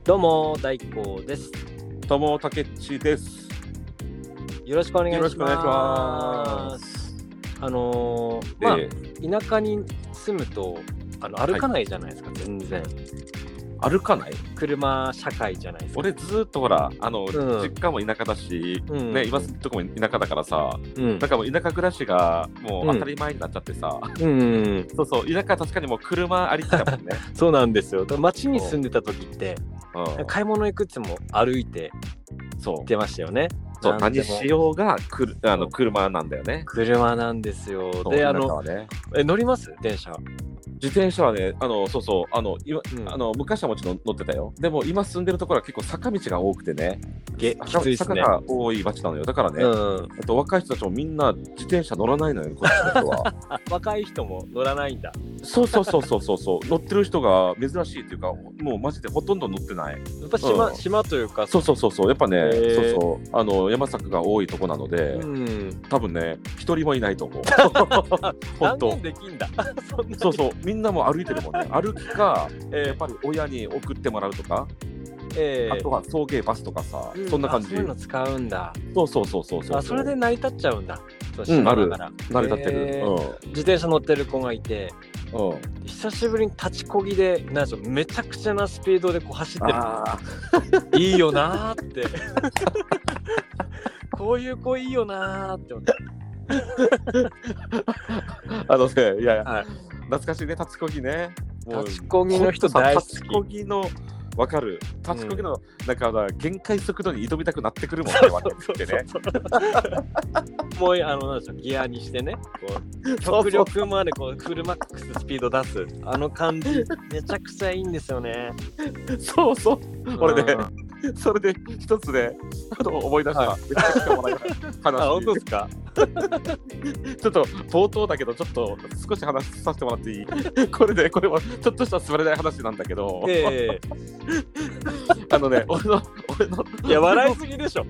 どうも大光です。 どうもたけっちです。 よろしくお願いします。 よろしくお願いします。 田舎に住むと歩かないじゃないですか、全然。 歩かない？ 車社会じゃないですか。 俺ずっとほら実家も田舎だし、ね、今住んでるとこも田舎だからさ、なんかもう田舎暮らしがもう当たり前になっちゃってさ、そうそう、田舎は確かにもう車ありきだもんね。 そうなんですよ。町に住んでた時って、買い物行くっても歩いて行ってましたよね。 そう、何しようが車なんだよね。 車なんですよ。で、乗ります？電車。 自転車はね、昔はもちろん乗ってたよ。でも今住んでるところは結構坂道が多くてね、きついっすね。坂が多い町なのよ。だからね、若い人たちもみんな自転車乗らないのよ、こっちの人は。 若い人も乗らないんだ。 そう乗ってる人が珍しいっていうか、もうマジでほとんど乗ってない。 やっぱ島というか、 そうやっぱね、山坂が多いとこなので、多分ね一人もいないと思う。 本当。できんだ。 そうみんなも歩いてるもんね。歩きか、やっぱり親に送ってもらうとか、あとは送迎バスとかさ、そんな感じ。 そういうの使うんだ。 そう。 それで成り立っちゃうんだ。 成り立ってる。 自転車乗ってる子がいて、久しぶりに立ちこぎでめちゃくちゃなスピードでこう走ってる。いいよなーって。こういう子いいよなーって思って。 いや、懐かしいね、立ちこぎね。 立ちこぎの人大好き。 立ちこぎのわかる。立ちこぎのなんか限界速度に挑みたくなってくるもんね。 もうなんでしょう、ギアにしてね、こう極力までこうフルマックススピード出す感じめちゃくちゃいいんですよね。 そう。俺ね、それで一つね思い出した。めちゃくちゃ笑い話。 本当ですか？ ちょっと冒頭だけどちょっと少し話させてもらっていい？これはちょっとした座れない話なんだけど、俺のいや笑いすぎでしょ。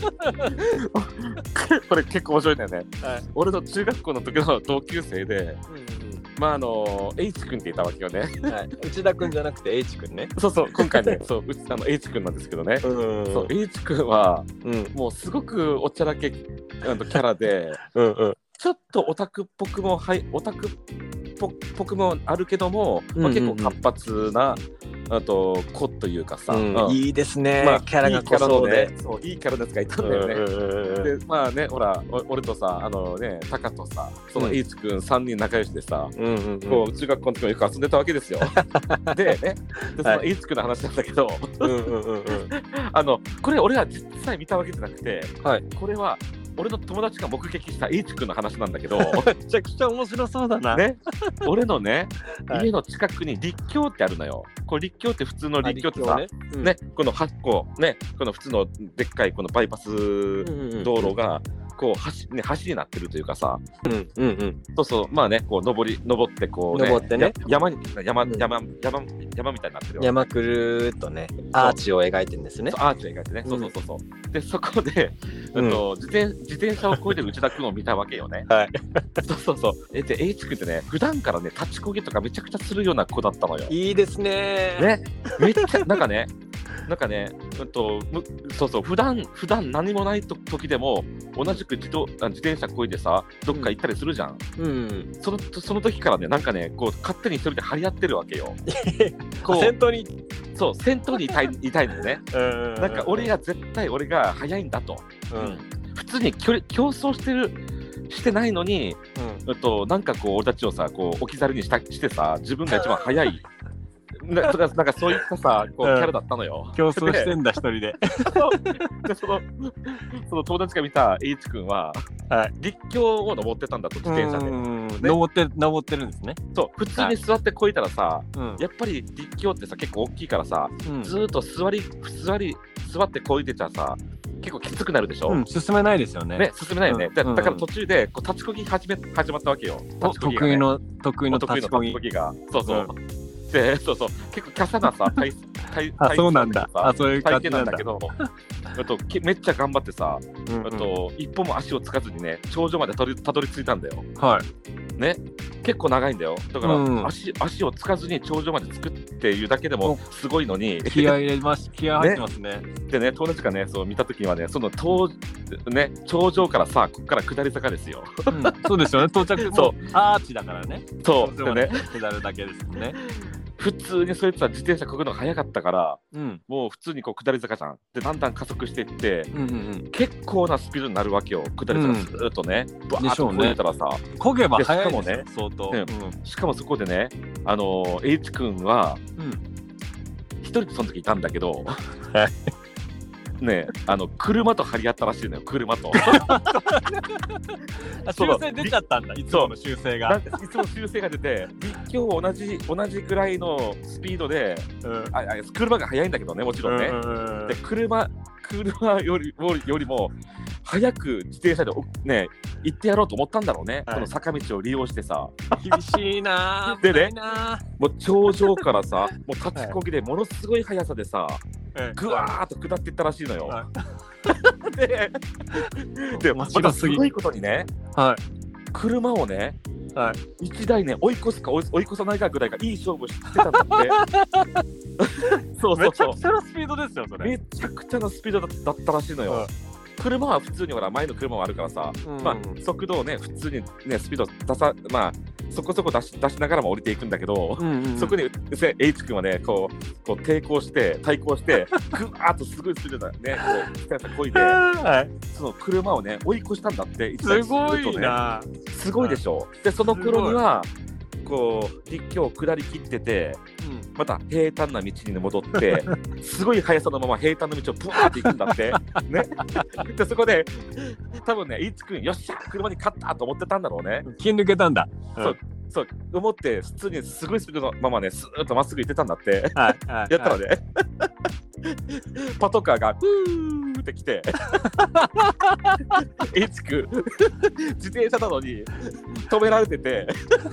これ結構面白いんだよね。俺の中学校の時の同級生で、H 君っていたわけよね。 内田君じゃなくて H 君ね。 そう今回ね、H 君なんですけどね。H 君はもうすごくおちゃらけキャラで、ちょっとオタクっぽくもあるけども、結構活発な子というかさ、 いいですね。キャラが濃そうで、 いいキャラのやつがいたんだよね。でほら俺とさタカとさ、その H 君3人仲良しでさ、こう中学校の時もよく遊んでたわけですよ。でその H 君の話なんだけど、これ俺は実際見たわけじゃなくて、これは俺の友達が目撃した H 君の話なんだけど、 めちゃくちゃ面白そうだな。 俺のね、家の近くに立教ってあるのよ。これ立教って普通の立教ってさ、この8個ね、この普通のでっかいこのバイパス道路がこう橋になってるというかさ、そうこう登ってこう登ってね、 山みたいになってる。 山くるっとね、アーチを描いてるんですね。 アーチを描いてね。そうでそこで自転車をこいでる内田君を見たわけよね。で H 君ってね、普段からね立ちこぎとかめちゃくちゃするような子だったのよ。 いいですね。 めっちゃなんかね普段何もない時でも同じく自転車こいでさ、どっか行ったりするじゃん。その時からね、なんかね、こう勝手に一人で張り合ってるわけよ。 先頭にいたいのよね。なんか俺が速いんだと。普通に競争してないのに、なんかこう俺たちをさこう置き去りにしてさ、自分が一番速い。なんかそういったさこうキャラだったのよ。 競争してんだ一人で。 でその友達が見た H 君は、立教を登ってたんだと、自転車で。 登ってるんですね。 そう普通に座ってこいたらさ、やっぱり立教ってさ結構大きいからさ、ずっと座ってこいでちゃさ結構きつくなるでしょ。 進めないですよね。 進めないよね。だから途中でこう立ちこぎ始まったわけよ。 得意の立ちこぎが。で結構キャサなさそうなんだ。そういう感じなんだけど、めっちゃ頑張ってさ、一歩も足をつかずにね、頂上までたどり着いたんだよ。 ね、結構長いんだよ。だから、足をつかずに頂上まで作っていうだけでもすごいのに。 気合入れます。気合入ってますね。 でね、友達がね、そう見たときにはね、そのね、頂上からさ、ここから下り坂ですよ。 そうですよね、到着そうアーチだからね。 そうでね、 下るだけですね。 普通にそいつは自転車こぐのが早かったから、もう普通にこう下り坂じゃん。でだんだん加速していって、結構なスピードになるわけよ。下り坂ずーっとね、バーッとこげたらさ、 こげば早いですよ、相当。 しかもそこでね、H 君は一人でその時いたんだけど、ね、車と張り合ったらしいのよ、車と。 修正出ちゃったんだ、いつもの修正が。 いつも修正が出て、今日同じくらいのスピードで、車が速いんだけどね、もちろんね。で、車よりも早く自転車でね行ってやろうと思ったんだろうね、この坂道を利用してさ。 厳しいなでね、もう頂上からさ、もう立ちこぎでものすごい速さでさ、ぐわーっと下っていったらしいのよ。でまたすごいことにね、車をね、1台ね追い越すか追い越さないかぐらいがいい勝負してたんだって。そうめちゃくちゃなスピードですよ、それ。 めちゃくちゃなスピードだったらしいのよ。車は普通にほら前の車もあるからさ、速度をね普通にねスピードそこそこ出しながらも降りていくんだけど、そこにH 君はねこう対抗してぐわーっとすごいスピードだねこいで、その車をね追い越したんだって。 すごいな。 すごいでしょ。でその頃にはこう陸橋を下り切ってて、また平坦な道に戻ってすごい速さのまま平坦な道をブワーって行くんだってね。でそこで多分ね、H 君よっしゃ車に勝ったと思ってたんだろうね。 気抜けたんだ。 そう思って普通にすごいスピードのままねスーッとまっすぐ行ってたんだって。やったらねパトカーがフーって来てH 君自転車なのに止められてて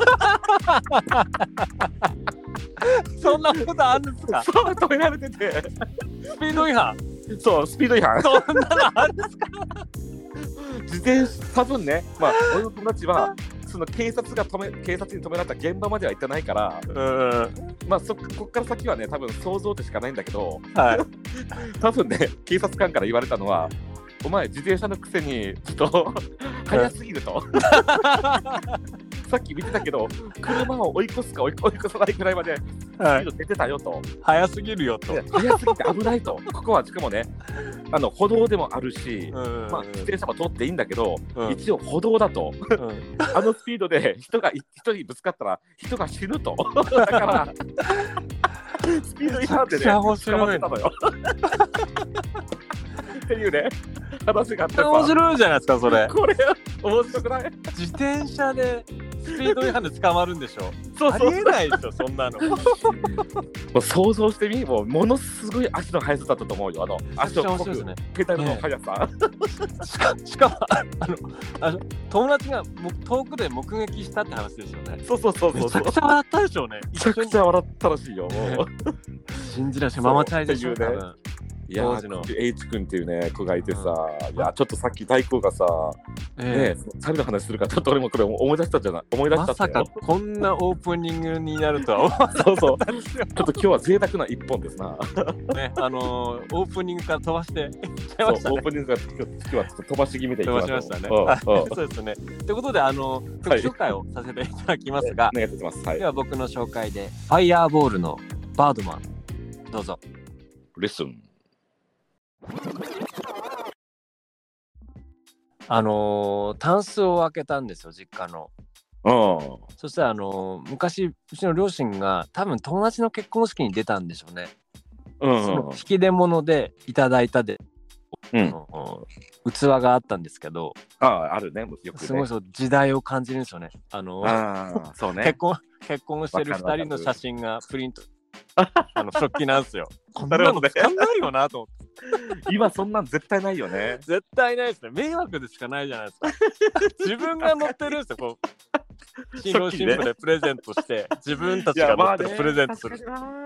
そんなことあるんですか。 そう止められてて、 スピード違反。 そうスピード違反。 そんなのあるんですか。 自転車多分ね、俺の友達はその警察に止められた現場までは行ってないから、こっから先はね多分想像でしかないんだけど、多分ね警察官から言われたのは、お前自転車のくせにちょっと速すぎると。さっき見てたけど車を追い越すか追い越さないくらいまでスピード出てたよと。 速すぎるよと。 速すぎて危ないと。ここはしかもね歩道でもあるし、自転車も通っていいんだけど、一応歩道だと、あのスピードで人にぶつかったら人が死ぬと。だからスピード違反でね捕まってたのよ。っていうね話があってさ。 面白いじゃないですかそれ。 これ面白くない？ 自転車でスピード違反で捕まるんでしょ。ありえないでしょそんなの。もう想像してみ、ものすごい足の速さだったと思うよ。足をこぐペダルの速さ。 しかも友達が遠くで目撃したって話ですよね。 そう。 めちゃくちゃ笑ったでしょうね。 めちゃくちゃ笑ったらしいよ。 信じられないママチャイでしょ。 いやH 君っていうね子がいてさ、いやちょっとさっき大光がさ、ね猿の話するからちょっと俺もこれ思い出したじゃない。思い出した。 まさかこんなオープニングになるとは思わなかった。 そうちょっと今日は贅沢な一本ですな。 ねオープニングから飛ばしてオープニングから今日はちょっと飛ばし気味でいきましょう。 飛ばしましたね。そうですね。ということで曲紹介をさせていただきますが、 お願いします。 では僕の紹介でファイヤーボールのバードマンどうぞ。 レッスン。 タンスを開けたんですよ実家の。そしたら昔うちの両親が多分友達の結婚式に出たんでしょうね。その引き出物でいただいた器があったんですけど、 あるね、よくね。 すごい時代を感じるんですよね。 そうね。 結婚してる2人の写真がプリント食器なんですよ。こんなの使んないよなと思って。 今そんなん絶対ないよね。 絶対ないですね。迷惑でしかないじゃないですか。自分が乗ってるんですよ。こう新郎新婦でプレゼントして自分たちが乗ってるプレゼントする。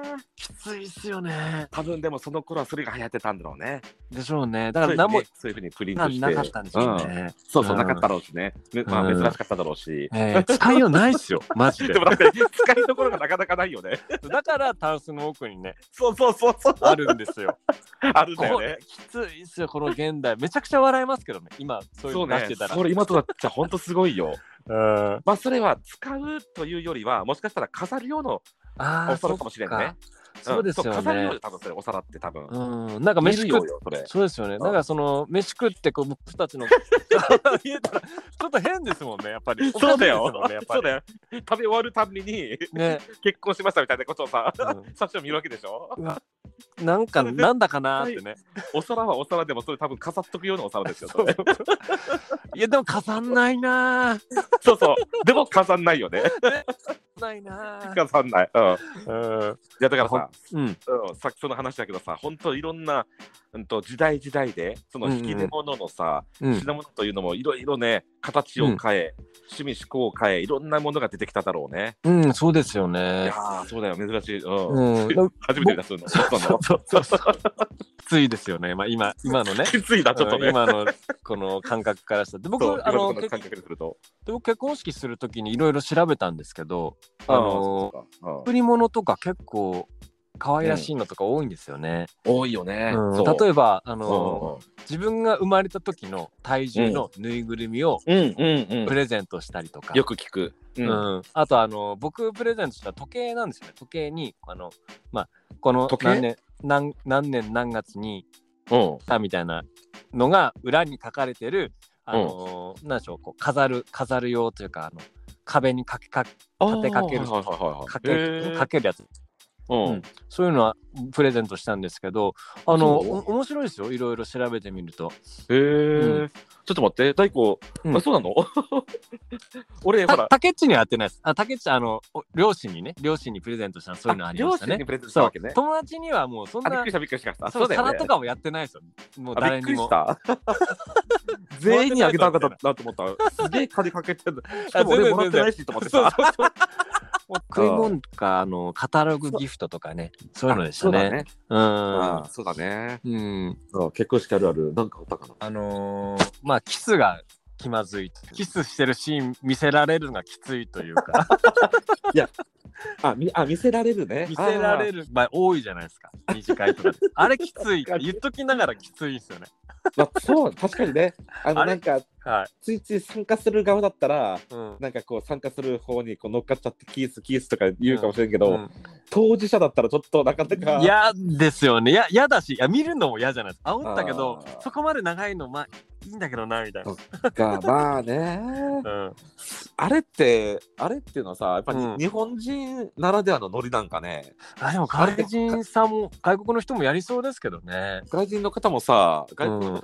きついっすよね。 多分でもその頃はそれが流行ってたんだろうね。 でしょうね。だから何もそういうふうにプリントしてなかったんでしょうね。 そうそう、なかったろうしね。まあ珍しかっただろうし。 使いようないっすよ、マジで。 でもだって使いどころがなかなかないよね。 だからタンスの奥にね、 そうあるんですよ。 あるんだよね。 きついっすよ、この現代。めちゃくちゃ笑えますけどね、今そういうの出してたら。 それ今となっちゃ本当すごいよ。まあそれは使うというよりは、もしかしたら飾る用のお皿かもしれんね。 そうですよね。 飾るようで多分それお皿って多分。 なんか飯食ってそうですよね。なんかその飯食ってこう僕たちの見えたらちょっと変ですもんね、やっぱり。 そうだよ。そうだよ。食べ終わるたびに結婚しましたみたいなことをさ、写真を見るわけでしょ。 なんだかなってね。 お皿はお皿でもそれ多分飾っとくようなお皿ですよ。 いやでも飾んないな。 そうそう。でも飾んないよね。 ないな。 飾んない。いやだからさ、さっきその話だけどさ、本当いろんな時代でその引き出物のさ品物というのもいろいろね形を変え、趣味思考を変え、いろんなものが出てきただろうね。 そうですよね。 いやそうだよ、珍しい。初めて見たそういうの。 きついですよね。まあ今のね。 きついなちょっとね。 今のこの感覚からしたら。僕結婚式するときにいろいろ調べたんですけど、贈り物とか結構可愛らしいのとか多いんですよね。 多いよね。 例えば自分が生まれた時の体重のぬいぐるみをプレゼントしたりとか。 よく聞く。 あと僕プレゼントした時計なんですよね。時計にまあこの何年何月にたみたいなのが裏に書かれてるなんでしょう、こう飾る用というか壁に立てかけるかけるやつ。そういうのはプレゼントしたんですけど、面白いですよ、いろいろ調べてみると。 ちょっと待って、大光、そうなの？俺ほら、 タケッチにはやってないです。タケッチ両親にプレゼントしたそういうのありましたね。友達にはもうそんなびっくりした。 皿とかもやってないですよ。もう誰にも。 全員にあげたかったなと思った。すげえ金かけてる。しかも俺もらってないしと思ってさ。 食い物かカタログギフトとかね、そういうのでしたね。 そうだね。結婚式あるあるなんかあったかな。 まあキスが気まずい、キスしてるシーン見せられるのがきついというか。 いや見せられるね。 見せられる場合多いじゃないですか、二次会とかで。あれきつい言っときながらきついですよね。 そう確かにね。なんかついつい参加する側だったらなんかこう参加する方にこう乗っかっちゃってキースとか言うかもしれんけど、当事者だったらちょっとなかなか嫌ですよね。嫌だし、見るのも嫌じゃないですか。煽ったけどそこまで長いのまあいいんだけどなみたいな。 まあね。あれっていうのはさ、やっぱり日本人ならではのノリなんかね。 でも外人さんも外国の人もやりそうですけどね。 外人の方もさキ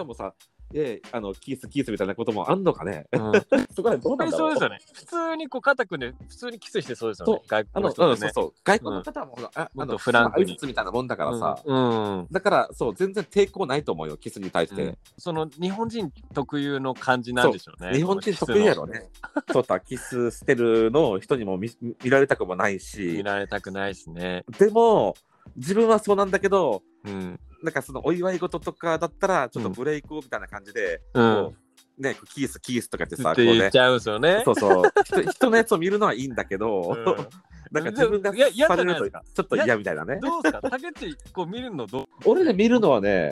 ースみたいなこともあんのかね。そこはどうなんだろう。 そうですよね。普通にこう肩組んで普通にキスしてそうですよね。外国の人ね。 外国の方はもうフランクにみたいなもんだからさ。だから全然抵抗ないと思うよ、キスに対して。 その日本人特有の感じなんでしょうね。 日本人特有やろね。キスしてるの人にも見られたくもないし。 見られたくないですね。 でも自分はそうなんだけど、なんかそのお祝い事とかだったらちょっとブレイクみたいな感じで、ね、キースとかってさ、 言っちゃうんですよね。 人のやつを見るのはいいんだけど、なんか自分が嫌じゃないですか。 ちょっと嫌みたいなね。 どうですか、竹内こう見るのどう？ 俺ね見るのはね、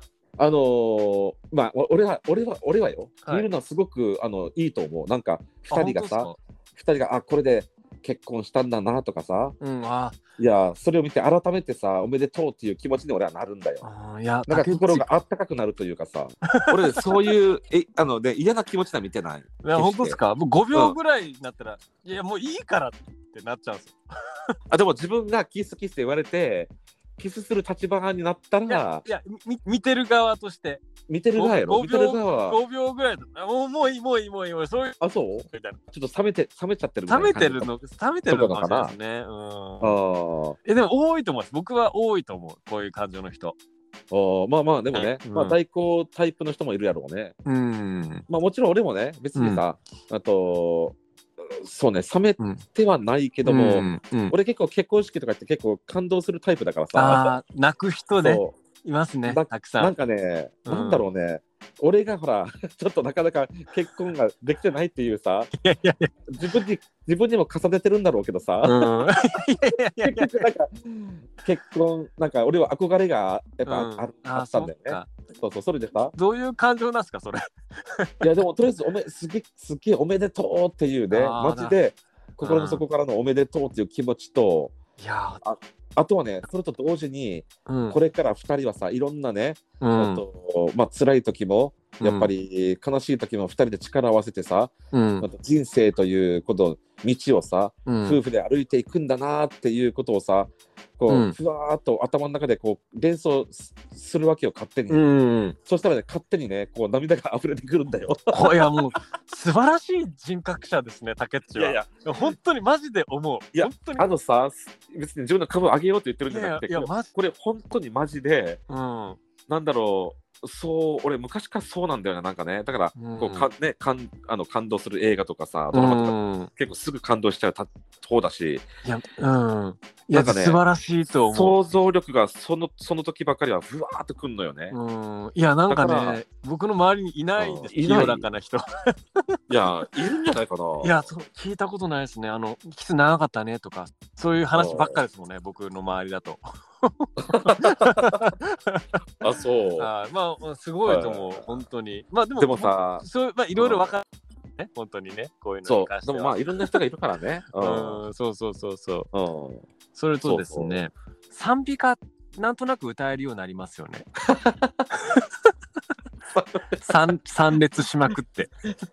まあ俺はよ、見るのはすごくいいと思う。なんか2人がこれで結婚したんだなとかさ、いやそれを見て改めてさおめでとうっていう気持ちに俺はなるんだよ。なんか心があったかくなるというかさ、俺そういう嫌な気持ちは見てない。 本当ですか？もう5秒ぐらいになったら、いやもういいからってなっちゃうんですよ。 でも自分がキスって言われてキスする立場になったら、 いや見てる側として見てる側やろ。見てる側は 5秒ぐらいだ。もういいそういう。 そうみたいな。ちょっと冷めちゃってる。 冷めてるのかもしれないですね。でも多いと思います。僕は多いと思う、こういう感情の人。 まあでもね、代行タイプの人もいるやろうね。まあもちろん俺もね別にさ、 そうね、冷めてはないけども、俺結構結婚式とかって結構感動するタイプだからさ。 泣く人ね、いますね、たくさん。 なんかね、なんだろうね、俺がほら、ちょっとなかなか結婚ができてないっていうさ、自分にも重ねてるんだろうけどさ、結局なんか、結婚、なんか俺は憧れがやっぱあったんだよね。そう、それでさ。 どういう感情なんですか、それ。 いや、でもとりあえずすげえおめでとうっていうね、マジで心の底からのおめでとうっていう気持ちと、あとはね、それと同時に、これから2人はさ、いろんなね、辛い時も、やっぱり悲しい時も2人で力を合わせてさ、人生という道をさ、夫婦で歩いていくんだなっていうことをさ、こうふわーっと頭の中でこう連想するわけよ、勝手に。そしたらね、勝手にね、こう涙が溢れてくるんだよ。 いや、もう素晴らしい人格者ですね、竹内は。いや本当にマジで思う。 いや、さ、別に自分の株を上げようと言ってるんじゃなくて、これ本当にマジで、なんだろう、俺昔からそうなんだよね、なんかね。だからこう感動する映画とかさ、ドラマとか結構すぐ感動しちゃう方だし、 なんかね、素晴らしいと思う。 想像力がその時ばかりはふわーっとくんのよね。 いや、なんかね、僕の周りにいないです、清らかな人。 いや、いるんじゃないかな。 いや、聞いたことないですね。キス長かったねとか、そういう話ばっかりですもんね、僕の周りだと。 そう。 まあ、すごいと思う、本当に。まあ、でもさ、 いろいろ分かるね、本当にね、こういうのに関しては。 でもまあ、いろんな人がいるからね。 そう。それとですね、賛美歌、なんとなく歌えるようになりますよね。参列しまくって。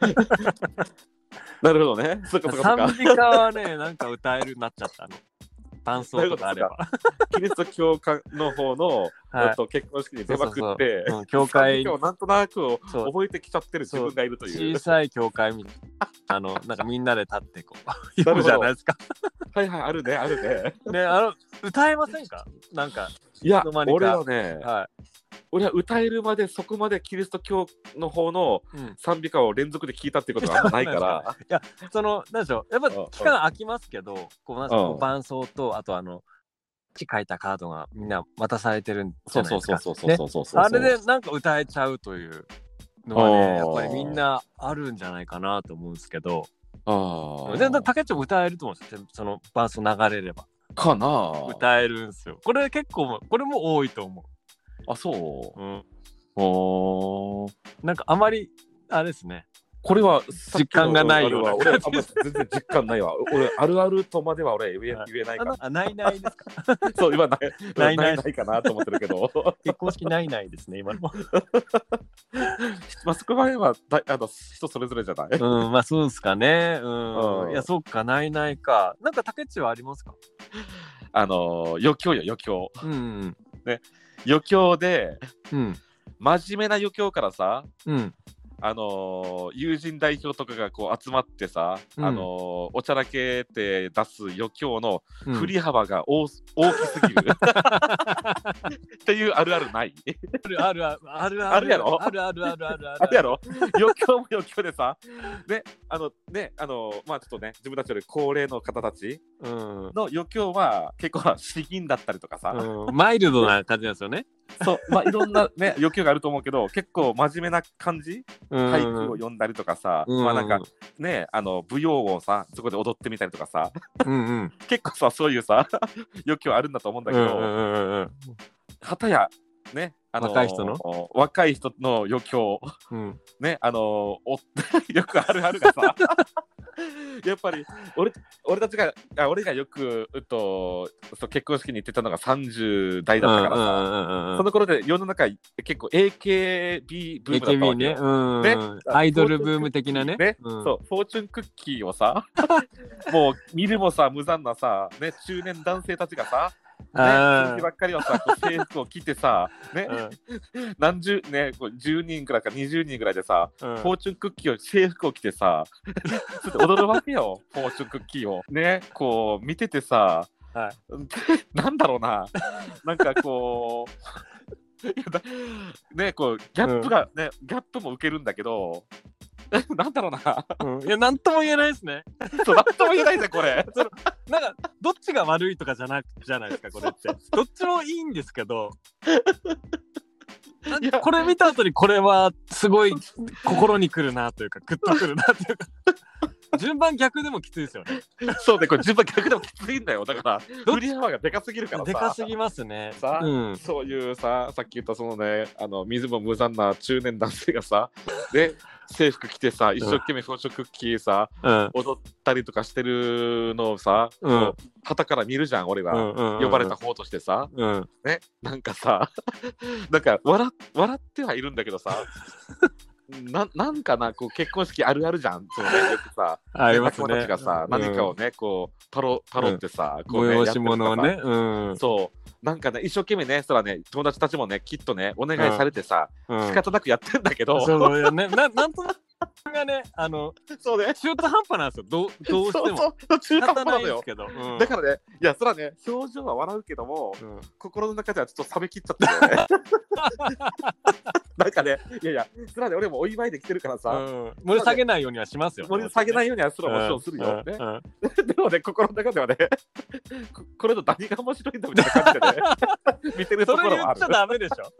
なるほどね。 賛美歌はね、なんか歌えるようになっちゃったの。伴奏とかあれば。 キリスト教の方の結婚式に出まくって、 教会をなんとなく覚えてきちゃってる自分がいるという。 小さい教会みたいな、なんかみんなで立ってこう言うじゃないですか。 はいはい、あるね。 ね、歌えませんか？なんか。 いや、俺はね、俺は歌えるまでそこまでキリスト教の方の賛美歌を連続で聞いたっていうことがあんまないから。 いや、なんでしょう、やっぱ期間空きますけど、こうなんか伴奏と、あと書いたカードがみんな渡されてるんじゃないですか。そう。あれでなんか歌えちゃうというのはね、やっぱりみんなあるんじゃないかなと思うんですけど。全然竹内も歌えると思うんですよ、その伴奏流れれば。 かな。 歌えるんですよ。これ結構、これも多いと思う。 そう。 なんかあまりあれですね。 これは実感がないような。 俺あんま全然実感ないわ。俺あるあるとまでは俺言えないから。 ないですか。 そう今ないかなと思ってるけど。 結婚式ないですね今の。 まあそこまでは人それぞれじゃない。 まあそうですかね。いやそっかないか。なんか竹内はありますか。 余興よ余興。ね。余興で、真面目な余興からさ、友人代表とかがこう集まってさ、おちゃらけって出す余興の振り幅が大きすぎるっていうあるあるない？ あるやろ？あるやろ？余興も余興でさ、まあちょっとね、自分たちより高齢の方たちの余興は結構詩吟だったりとかさ、 マイルドな感じなんですよね。 そう、まあいろんなね余興があると思うけど、結構真面目な感じ、俳句を読んだりとかさ、まあなんかね舞踊をさそこで踊ってみたりとかさ、結構さそういうさ余興あるんだと思うんだけど、はたやね若い人の余興、ねよくあるがさやっぱり俺がよく結婚式に行ってたのが30代だったからさ、その頃で世の中結構 AKB ブームだったわけよ、 ね、アイドルブーム的なね、 そうフォーチュンクッキーをさもう見るもさ無残なさ、ね、中年男性たちがさ数字ばっかりはさ制服を着てさ、ね10人くらいか20人くらいでさ、フォーチュンクッキーを制服を着てさ踊るわけよフォーチュンクッキーをねこう見ててさ、なんだろうな、なんかこうねこうギャップも受けるんだけど、 なんだろうな、 いやなんとも言えないですね。 そうなんとも言えないぜこれ。 なんかどっちが悪いとかじゃないですかこれって。どっちもいいんですけどこれ見た後にこれはすごい心にくるなというかグッとくるなというか順番逆でもきついですよね。 そうね、これ順番逆でもきついんだよ。だから振り幅がでかすぎるからさ。 でかすぎますね。 さ、そういうさ、さっき言ったそのね、水も無残な中年男性がさ、で制服着てさ、一生懸命フォーショクッキーさ、踊ったりとかしてるのをさ、旗から見るじゃん俺は、呼ばれた方としてさ、ね、なんかさなんか笑ってはいるんだけどさなんかな、こう結婚式あるあるじゃん、そうね、よくさ、 ありますね。 仲間たちがさ、何かをね、こうパロってさ、こうね、 催し物をね、 そうなんかね、一生懸命ね、そらね、友達たちもね、きっとね、お願いされてさ、仕方なくやってんだけど、 そうよね、なんとなくがね、 そうね、 中途半端なんですよ、どうしても。 そう中途半端なのよ。 けど、 だからね、いや、そらね、表情は笑うけども、心の中ではちょっと冷めきっちゃってるよね。なんかね、いやいや、そらね、俺もお祝いで来てるからさ、 盛り下げないようにはしますよ。 盛り下げないようにはすらもちろんするよ。でもね、心の中ではね、これの何が面白いんだみたいな感じでね、見てるところはある。 それ言っちゃダメでしょ。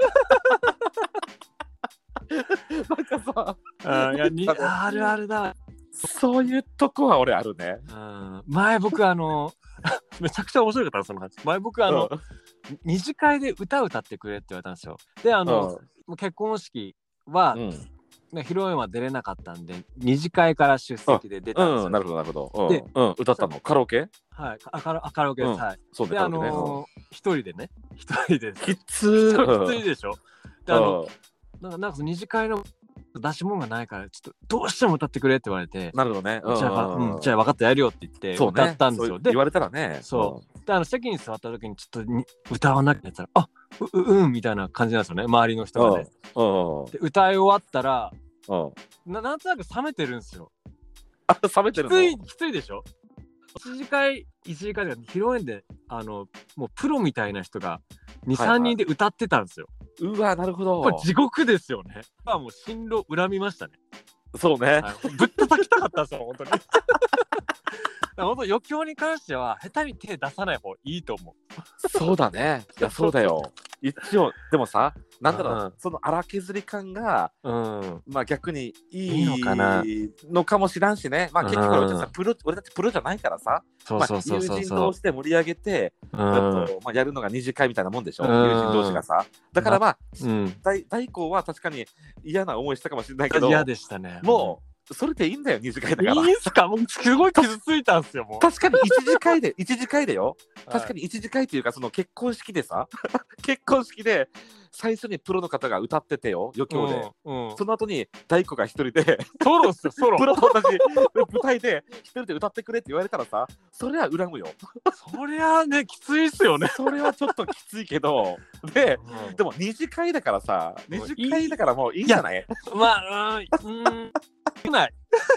なんかさ、あるあるだ。 そういうとこは俺あるね。 前僕めちゃくちゃ面白かったのその話。前僕二次会で歌歌ってくれって言われたんですよ。で結婚式は、披露宴は出れなかったんで二次会から出席で出たんですよ。 なるほどなるほど。で、歌ったのカラオケ？ はい、カラオケです。はい。 そうで一人でね、一人できついでしょ。なんか二次会の出し物がないからちょっとどうしても歌ってくれって言われて、 なるほどね。 じゃあ分かったやるよって言って歌ったんですよ。 で言われたらね。 そうで席に座った時にちょっと歌わなきゃって言ったらみたいな感じなんですよね、周りの人がね。で歌い終わったらなんとなく冷めてるんですよ。 冷めてるの？ きついでしょ。一次会で披露宴でもうプロみたいな人が 2,3 人で歌ってたんですよ。 うわ、なるほど。 これ地獄ですよね。もう進路恨みましたね。 そうね。 ぶったたきたかったんですよ本当に。本当余興に関しては下手に手出さない方がいいと思う。 そうだね。いやそうだよ。一応でもさ、なんだろう、その荒削り感が、まあ逆にいいのかもしらんしね。まあ結局俺たちプロじゃないからさ、友人同士で盛り上げて、やるのが二次会みたいなもんでしょ、友人同士がさ。だからまあ大光は確かに嫌な思いしたかもしれないけど、 嫌でしたね。 もうそれでいいんだよ、二次会だから。 いいんすか？もうすごい傷ついたんすよ、もう。 確かに一次会でよ。確かに一次会っていうか、その結婚式でさ、結婚式で最初にプロの方が歌っててよ、余興で。その後に大工が一人で、 ソロっすよ、ソロ。 プロと同じ舞台で一人で歌ってくれって言われたらさ、それは恨むよ。 そりゃね、きついっすよね。 それはちょっときついけど、でも二次会だからさ、二次会だからもういいんじゃない？ まあ、よくない。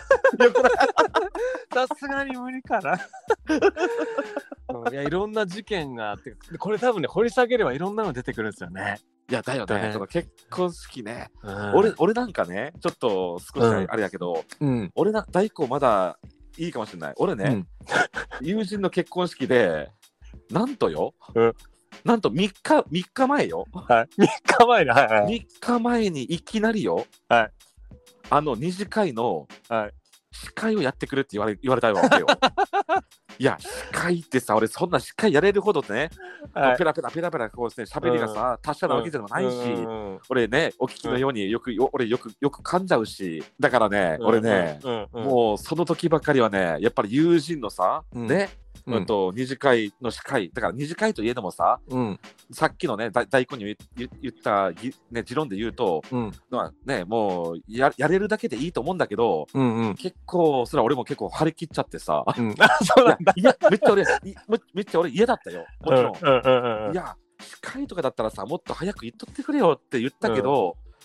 さすがに無理かな。いや、いろんな事件があって、これ多分ね、掘り下げればいろんなの出てくるんですよね。 いやだよね、その結婚式ね。俺なんかね、ちょっと少しあれやけど、俺大工まだいいかもしれない。俺ね、友人の結婚式で、なんと3日前よ。 3日前に、 3日前にいきなりよ。二次会の司会をやってくれって言われたわけよ。いや、司会ってさ、俺そんな司会やれるほどね、ペラペラこうですね、喋りがさ、達者なわけでもないし、俺ね、お聞きのようによく噛んじゃうし、だからね、俺ね、もうその時ばかりはね、やっぱり友人のさ、ね、二次会の司会だから、二次会といえどもさ、さっきのね大根に言ったね持論で言うと、ね、もうやれるだけでいいと思うんだけど、結構それは俺も結構張り切っちゃってさ、 そうなんだ。 いやめっちゃ俺嫌だったよ、もちろん。いや司会とかだったらさ、もっと早く言っとってくれよって言ったけど、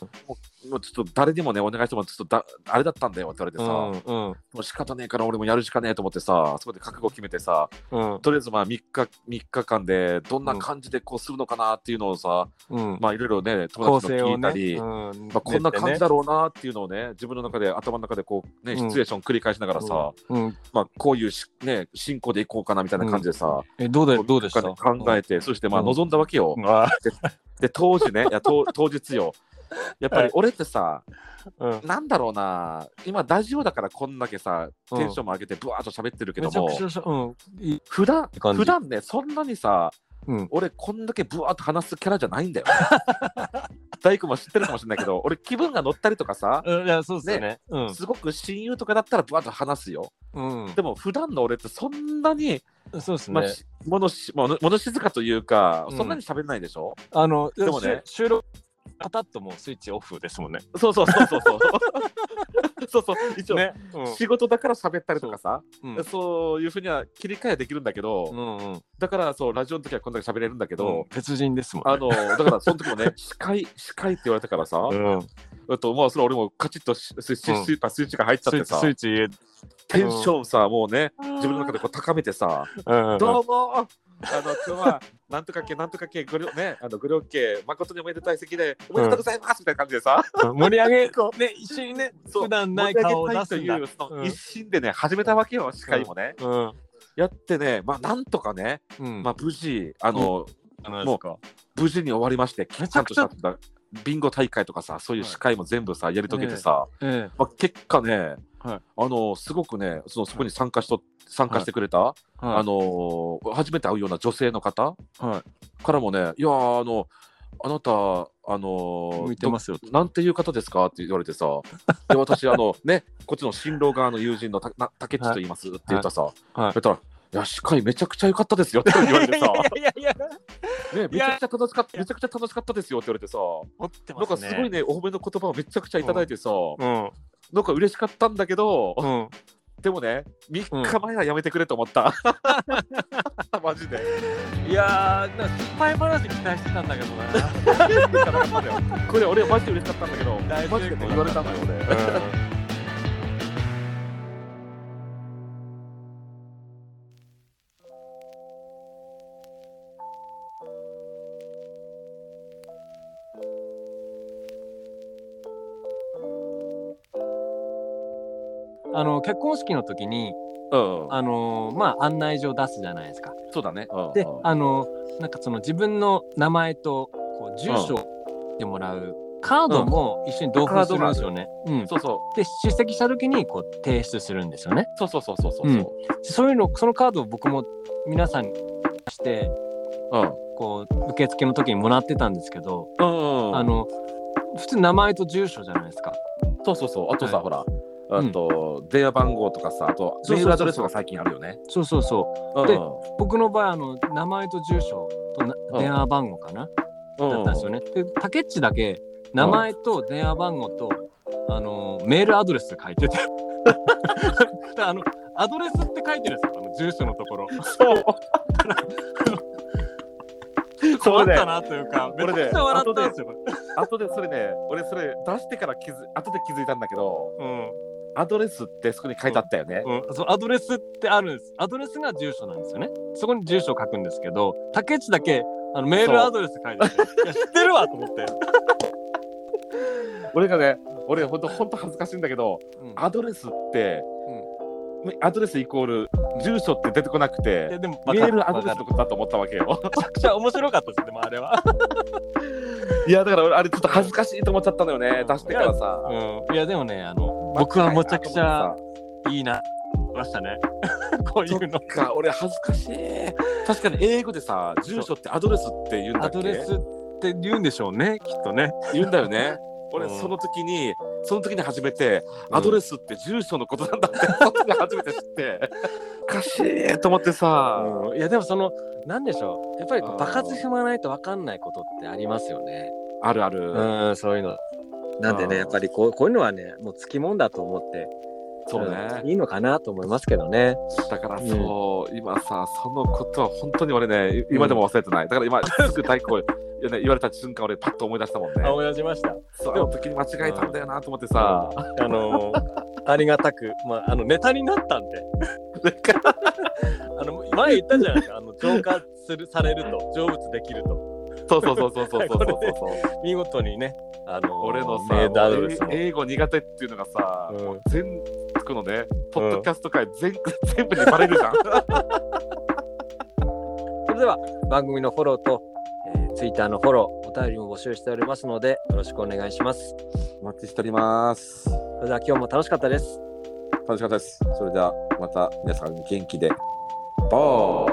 もうちょっと誰にもねお願いしてもちょっとあれだったんだよって言われてさ、もう仕方ねえから俺もやるしかねえと思ってさ、そこで覚悟決めてさ、とりあえずまあ3日間でどんな感じでこうするのかなっていうのをさ、まあいろいろね友達の聞いたり、まあ、こんな感じだろうなっていうのをね自分の中で頭の中でこうねシチュエーション繰り返しながらさ、まあこういうね進行でいこうかなみたいな感じでさ、 どうでした考えて、そしてまあ望んだわけよ。で当時ね当日よ、やっぱり俺ってさ、なんだろうな、今ラジオだからこんだけさテンションも上げてブワーッと喋ってるけども、普段ねそんなにさ、俺こんだけブワーッと話すキャラじゃないんだよ。大工も知ってるかもしれないけど、俺気分が乗ったりとかさ、すごく親友とかだったらブワーッと話すよ。でも普段の俺ってそんなにそうですね、物静かというか、そんなに喋れないでしょ。でもね収録パタッともうスイッチオフですもんね。 そう一応、仕事だから喋ったりとかさ、そういうふうには切り替えできるんだけど、だからそうラジオの時はこんだけ喋れるんだけど、 別人ですもんね。 だからその時もね司会って言われたからさ、まあそれ俺もカチッとスイッチが入っちゃってさ、テンションさもうね自分の中でこう高めてさ、どうも今日はなんとか家ご両家誠におめでたい席でおめでとうございますみたいな感じでさ、 盛り上げこうね一緒にね普段ない顔を出すという一心でね始めたわけよ。司会もねやってね、まあなんとかね、まあ無事もう無事に終わりまして、ちゃんとしたビンゴ大会とかさ、そういう司会も全部さやり遂げてさ、まあ結果ね、すごくねそこに参加してくれた、初めて会うような女性の方からもね、いやあなた向いてますよなんていう方ですかって言われてさ、で私ねこっちの新郎側の友人の竹内と言いますって言ったさ、言ったらいや司会めちゃくちゃ良かったですよって言われてさ、ねめちゃくちゃ楽しかったですよって言われてさ、なんかすごいねお褒めの言葉をめちゃくちゃいただいてさ、なんか嬉しかったんだけど、でもね3日前はやめてくれと思った。マジで。 いやー失敗話期待してたんだけどな。 これ俺はマジで嬉しかったんだけど、マジで言われたのよ俺。 結婚式の時に、まあ案内状出すじゃないですか。 そうだね。 で、なんかその自分の名前とこう住所をってもらうカードも一緒に同封するんですよね。で出席した時にこう提出するんですよね。そういうの、そのカードを僕も皆さんにして、こう受付の時にもらってたんですけど、普通名前と住所じゃないですか。 あとさ、ほら。電話番号とかさ、あとメールアドレスが最近あるよね。 で僕の場合名前と住所と電話番号かな、だったんですよね。で竹内だけ名前と電話番号とメールアドレス書いててアドレスって書いてるんですよ、住所のところ。困ったなというか、めちゃくちゃ笑ったんですよ。 後でそれね、俺それ出してから後で気づいたんだけど、アドレスってそこに書いてあったよね。 そう、アドレスってあるんです。アドレスが住所なんですよね。そこに住所を書くんですけど、竹内だけメールアドレス書いてあって、いや知ってるわと思って。 俺ほんと恥ずかしいんだけど、アドレスって、アドレスイコール住所って出てこなくて、でもメールアドレスのことだと思ったわけよ。 めちゃくちゃ面白かったですね、でもあれは。 いやだから俺あれちょっと恥ずかしいと思っちゃったのよね、出してからさ。 いやでもね僕はめちゃくちゃいいなましたね。こういうのか、俺恥ずかしい。確かに英語でさ、住所ってアドレスって言うんだっけ。 アドレスって言うんでしょうね、きっとね。 言うんだよね。俺その時に初めて、アドレスって住所のことなんだってその時初めて知っておかしいと思ってさ、 いやでもなんでしょう、やっぱり場数踏まないと分かんないことってありますよね。 あるある。 そういうのなんでね、やっぱりこういうのはねもうつきもんだと思ってそうね、 いいのかなと思いますけどね。 だから今さそのことは本当に俺ね今でも忘れてない。だから今すぐ大工言われた瞬間俺パッと思い出したもんね。 思い出しました。 その時に間違えたんだよなと思ってさ、 ありがたく、ネタになったんで前言ったじゃないですか、浄化されると成仏できると。そう見事にね、 俺のさ、英語苦手っていうのがさ、全国のねポッドキャスト界全部にバレるじゃんそれでは番組のフォローと、Twitter のフォロー、お便りも募集しておりますのでよろしくお願いします。 お待ちしております。 それでは今日も楽しかったです。 楽しかったです。それではまた皆さん元気でバー